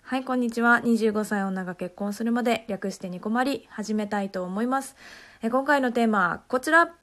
はい、こんにちは。25歳女が結婚するまで、略してニコマリ、始めたいと思います。今回のテーマはこちら。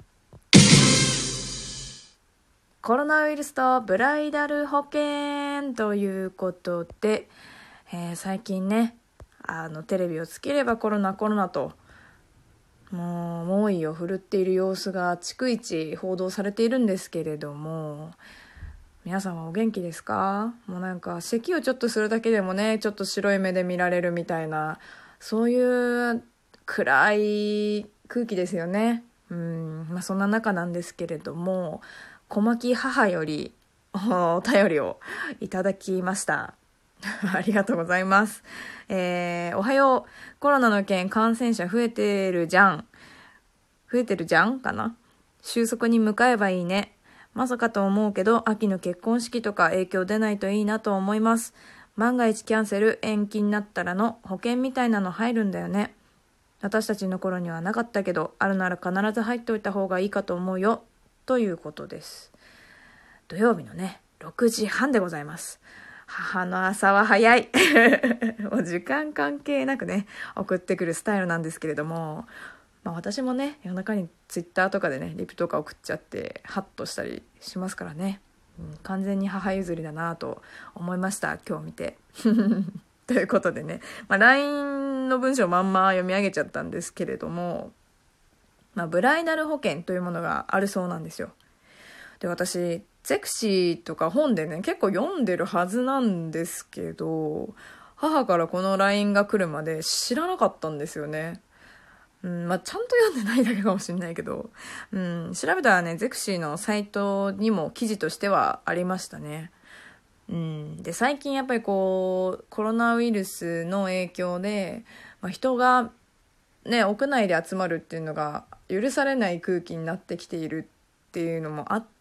コロナウイルスとブライダル保険ということで、最近ね、テレビをつければコロナと、もう猛威を振るっている様子が逐一報道されているんですけれども、皆さんはお元気ですか？もうなんか咳をちょっとするだけでもね、ちょっと白い目で見られるみたいな、そういう暗い空気ですよね。そんな中なんですけれども、小牧母よりお便りをいただきました。ありがとうございます。おはよう。コロナの件感染者増えてるじゃんかな。収束に向かえばいいね。まさかと思うけど、秋の結婚式とか影響出ないといいなと思います。万が一キャンセル、延期になったらの保険みたいなの入るんだよね。私たちの頃にはなかったけど、あるなら必ず入っておいた方がいいかと思うよ。ということです。土曜日のね、6時半でございます。母の朝は早い。もう時間関係なくね、送ってくるスタイルなんですけれども、私もね、夜中にツイッターとかでね、リプとか送っちゃってハッとしたりしますからね、完全に母譲りだなと思いました、今日見て。ということでね、LINE の文章まんま読み上げちゃったんですけれども、ブライダル保険というものがあるそうなんですよ。で、私ゼクシーとか本でね、結構読んでるはずなんですけど、母からこの LINE が来るまで知らなかったんですよね。ちゃんと読んでないだけかもしれないけど、調べたらね、ゼクシーのサイトにも記事としてはありましたね。で、最近やっぱりこう、コロナウイルスの影響で、人がね、屋内で集まるっていうのが許されない空気になってきているっていうのもあって、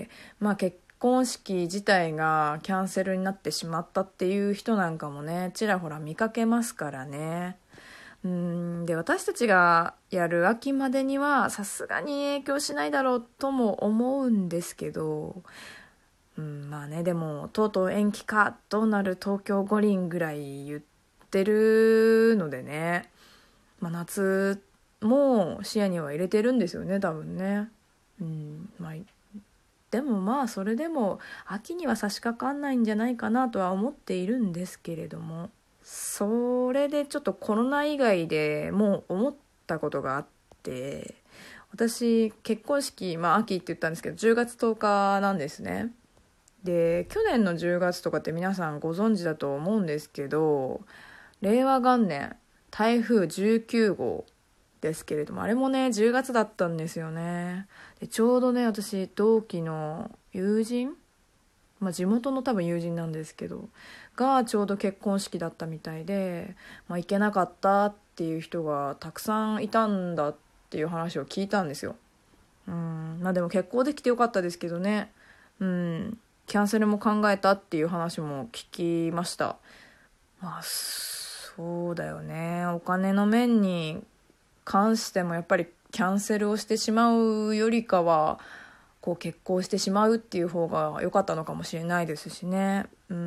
結婚式自体がキャンセルになってしまったっていう人なんかもね、ちらほら見かけますからね。で、私たちがやる秋までにはさすがに影響しないだろうとも思うんですけど、でもとうとう延期か、どうなる東京五輪ぐらい言ってるのでね、夏も視野には入れてるんですよね、多分ね。でもそれでも秋には差し掛かんないんじゃないかなとは思っているんですけれども、それでちょっとコロナ以外でもう思ったことがあって、私結婚式、秋って言ったんですけど10月10日なんですね。で、去年の10月とかって皆さんご存知だと思うんですけど、令和元年台風19号ですけれども、あれもね10月だったんですよね。で、ちょうどね、私同期の友人、地元の多分友人なんですけどがちょうど結婚式だったみたいで、行けなかったっていう人がたくさんいたんだっていう話を聞いたんですよ。でも結婚できてよかったですけどね。キャンセルも考えたっていう話も聞きました。そうだよね。お金の面に関してもやっぱりキャンセルをしてしまうよりかは、こう結婚してしまうっていう方が良かったのかもしれないですしね。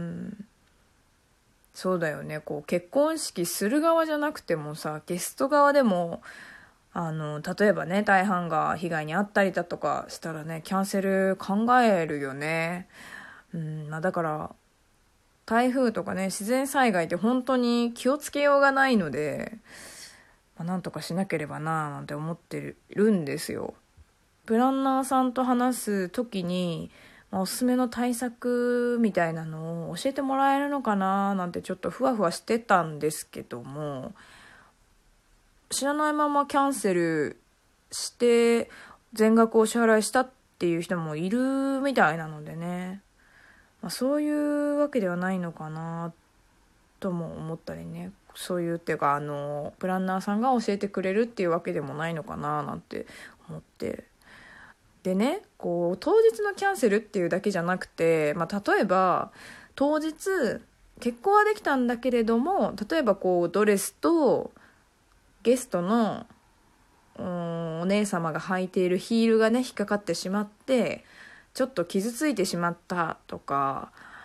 そうだよね。こう結婚式する側じゃなくてもさ、ゲスト側でも例えばね、大半が被害に遭ったりだとかしたらね、キャンセル考えるよね。だから台風とかね、自然災害って本当に気をつけようがないので、なんとかしなければななんて思ってるんですよ。プランナーさんと話すときに、おすすめの対策みたいなのを教えてもらえるのかななんてちょっとふわふわしてたんですけども、知らないままキャンセルして全額お支払いしたっていう人もいるみたいなのでね、そういうわけではないのかなとも思ったりね、そういうっていうかプランナーさんが教えてくれるっていうわけでもないのかななんて思って、でね、こう当日のキャンセルっていうだけじゃなくて、例えば当日結婚はできたんだけれども、例えばこうドレスとゲストのお姉様が履いているヒールがね引っかかってしまってちょっと傷ついてしまったとか、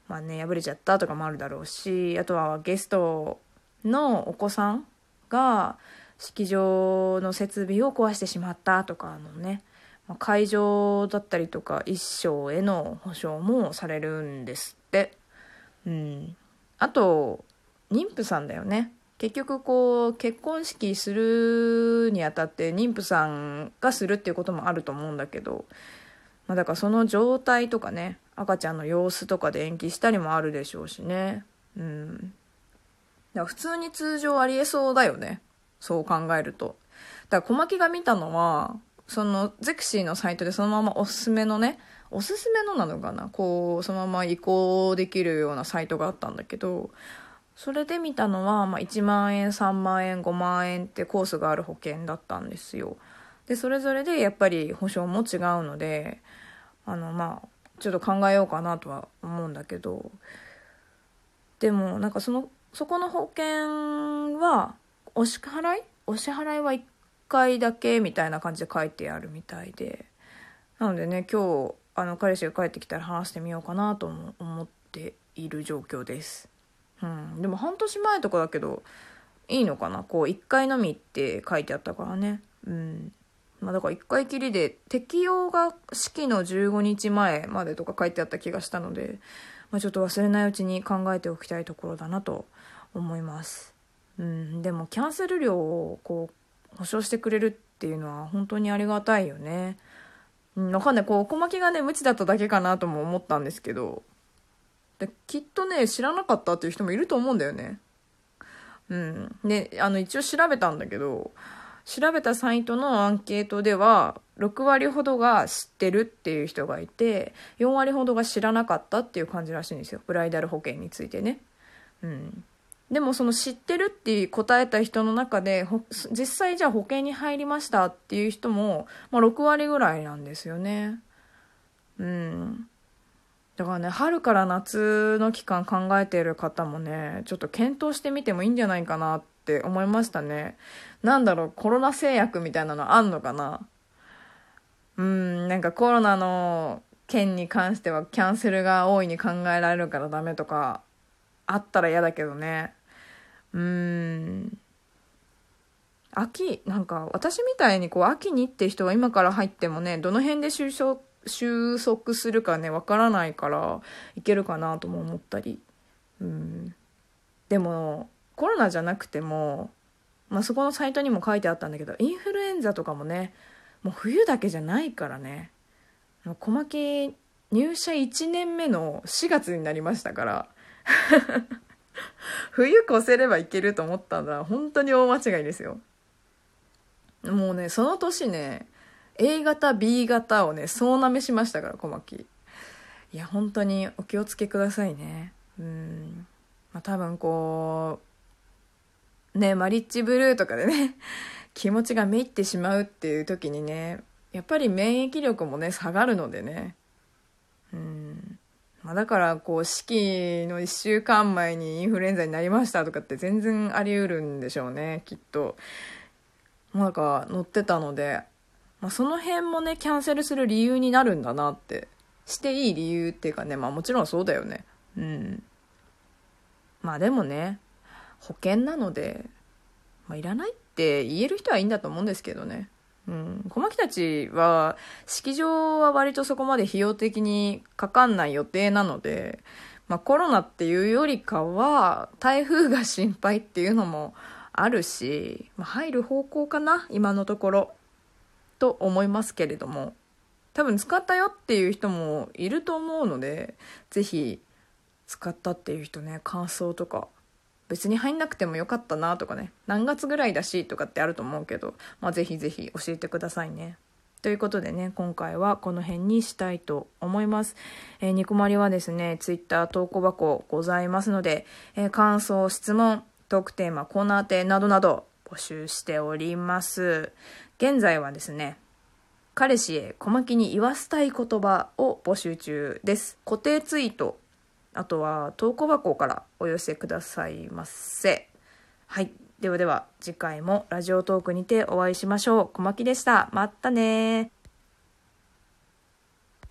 まあね、破れちゃったとかもあるだろうし、あとはゲストのお子さんが式場の設備を壊してしまったとかのね、会場だったりとか一生への保証もされるんですって。あと妊婦さんだよね。結局こう結婚式するにあたって妊婦さんがするっていうこともあると思うんだけど、だからその状態とかね、赤ちゃんの様子とかで延期したりもあるでしょうしね。だから普通に通常ありえそうだよね、そう考えると。だから小牧が見たのはそのゼクシーのサイトでそのままおすすめのなのかな、こうそのまま移行できるようなサイトがあったんだけど、それで見たのは、1万円3万円5万円ってコースがある保険だったんですよ。でそれぞれでやっぱり保証も違うので、ちょっと考えようかなとは思うんだけど、でもなんかそこの保険はお支払いは1回だけみたいな感じで書いてあるみたいで、なのでね、今日彼氏が帰ってきたら話してみようかなとも思っている状況です。でも半年前とかだけどいいのかな、こう1回のみって書いてあったからね。だから1回きりで適用が式の15日前までとか書いてあった気がしたので、ちょっと忘れないうちに考えておきたいところだなと思います。でもキャンセル料をこう保証してくれるっていうのは本当にありがたいよね。わかんない、こう小牧がね無知だっただけかなとも思ったんですけど、できっとね知らなかったっていう人もいると思うんだよね。で一応調べたんだけど、調べたサイトのアンケートでは6割ほどが知ってるっていう人がいて、4割ほどが知らなかったっていう感じらしいんですよ、ブライダル保険についてね。でもその知ってるって答えた人の中で実際じゃあ保険に入りましたっていう人も、6割ぐらいなんですよね。だからね、春から夏の期間考えている方もね、ちょっと検討してみてもいいんじゃないかなって思いましたね。コロナ製薬みたいなのあんのかな。なんかコロナの件に関してはキャンセルが大いに考えられるからダメとかあったら嫌だけどね。秋、なんか私みたいにこう秋にって人は今から入ってもね、どの辺で収束するかねわからないからいけるかなとも思ったり。でもコロナじゃなくても、そこのサイトにも書いてあったんだけど、インフルエンザとかもね、もう冬だけじゃないからね。小牧入社1年目の4月になりましたから冬越せればいけると思ったんだ、本当に大間違いですよ。もうねその年ね A 型 B 型をね総なめしましたから、小牧。いや本当にお気をつけくださいね。多分こうね、マリッジブルーとかでね気持ちがめいってしまうっていう時にね、やっぱり免疫力もね下がるのでね。だからこう式の1週間前にインフルエンザになりましたとかって全然あり得るんでしょうね、きっと。なんか載ってたので、その辺もねキャンセルする理由になるんだなって、していい理由っていうかね、もちろんそうだよね。でもね保険なので、いらないって言える人はいいんだと思うんですけどね。小牧たちは式場は割とそこまで費用的にかかんない予定なので、コロナっていうよりかは台風が心配っていうのもあるし、入る方向かな今のところと思いますけれども、多分使ったよっていう人もいると思うので、ぜひ使ったっていう人ね、感想とか、別に入んなくてもよかったなとかね、何月ぐらいだしとかってあると思うけど、ぜひぜひ教えてくださいね。ということでね、今回はこの辺にしたいと思います。ニコマリはですね、ツイッター投稿箱ございますので、感想、質問、トークテーマ、コーナー宛てなどなど募集しております。現在はですね、彼氏へ小牧に言わせたい言葉を募集中です。固定ツイート、あとは投稿箱からお寄せくださいませ。はい。ではでは次回もラジオトークにてお会いしましょう。小牧でした。またね。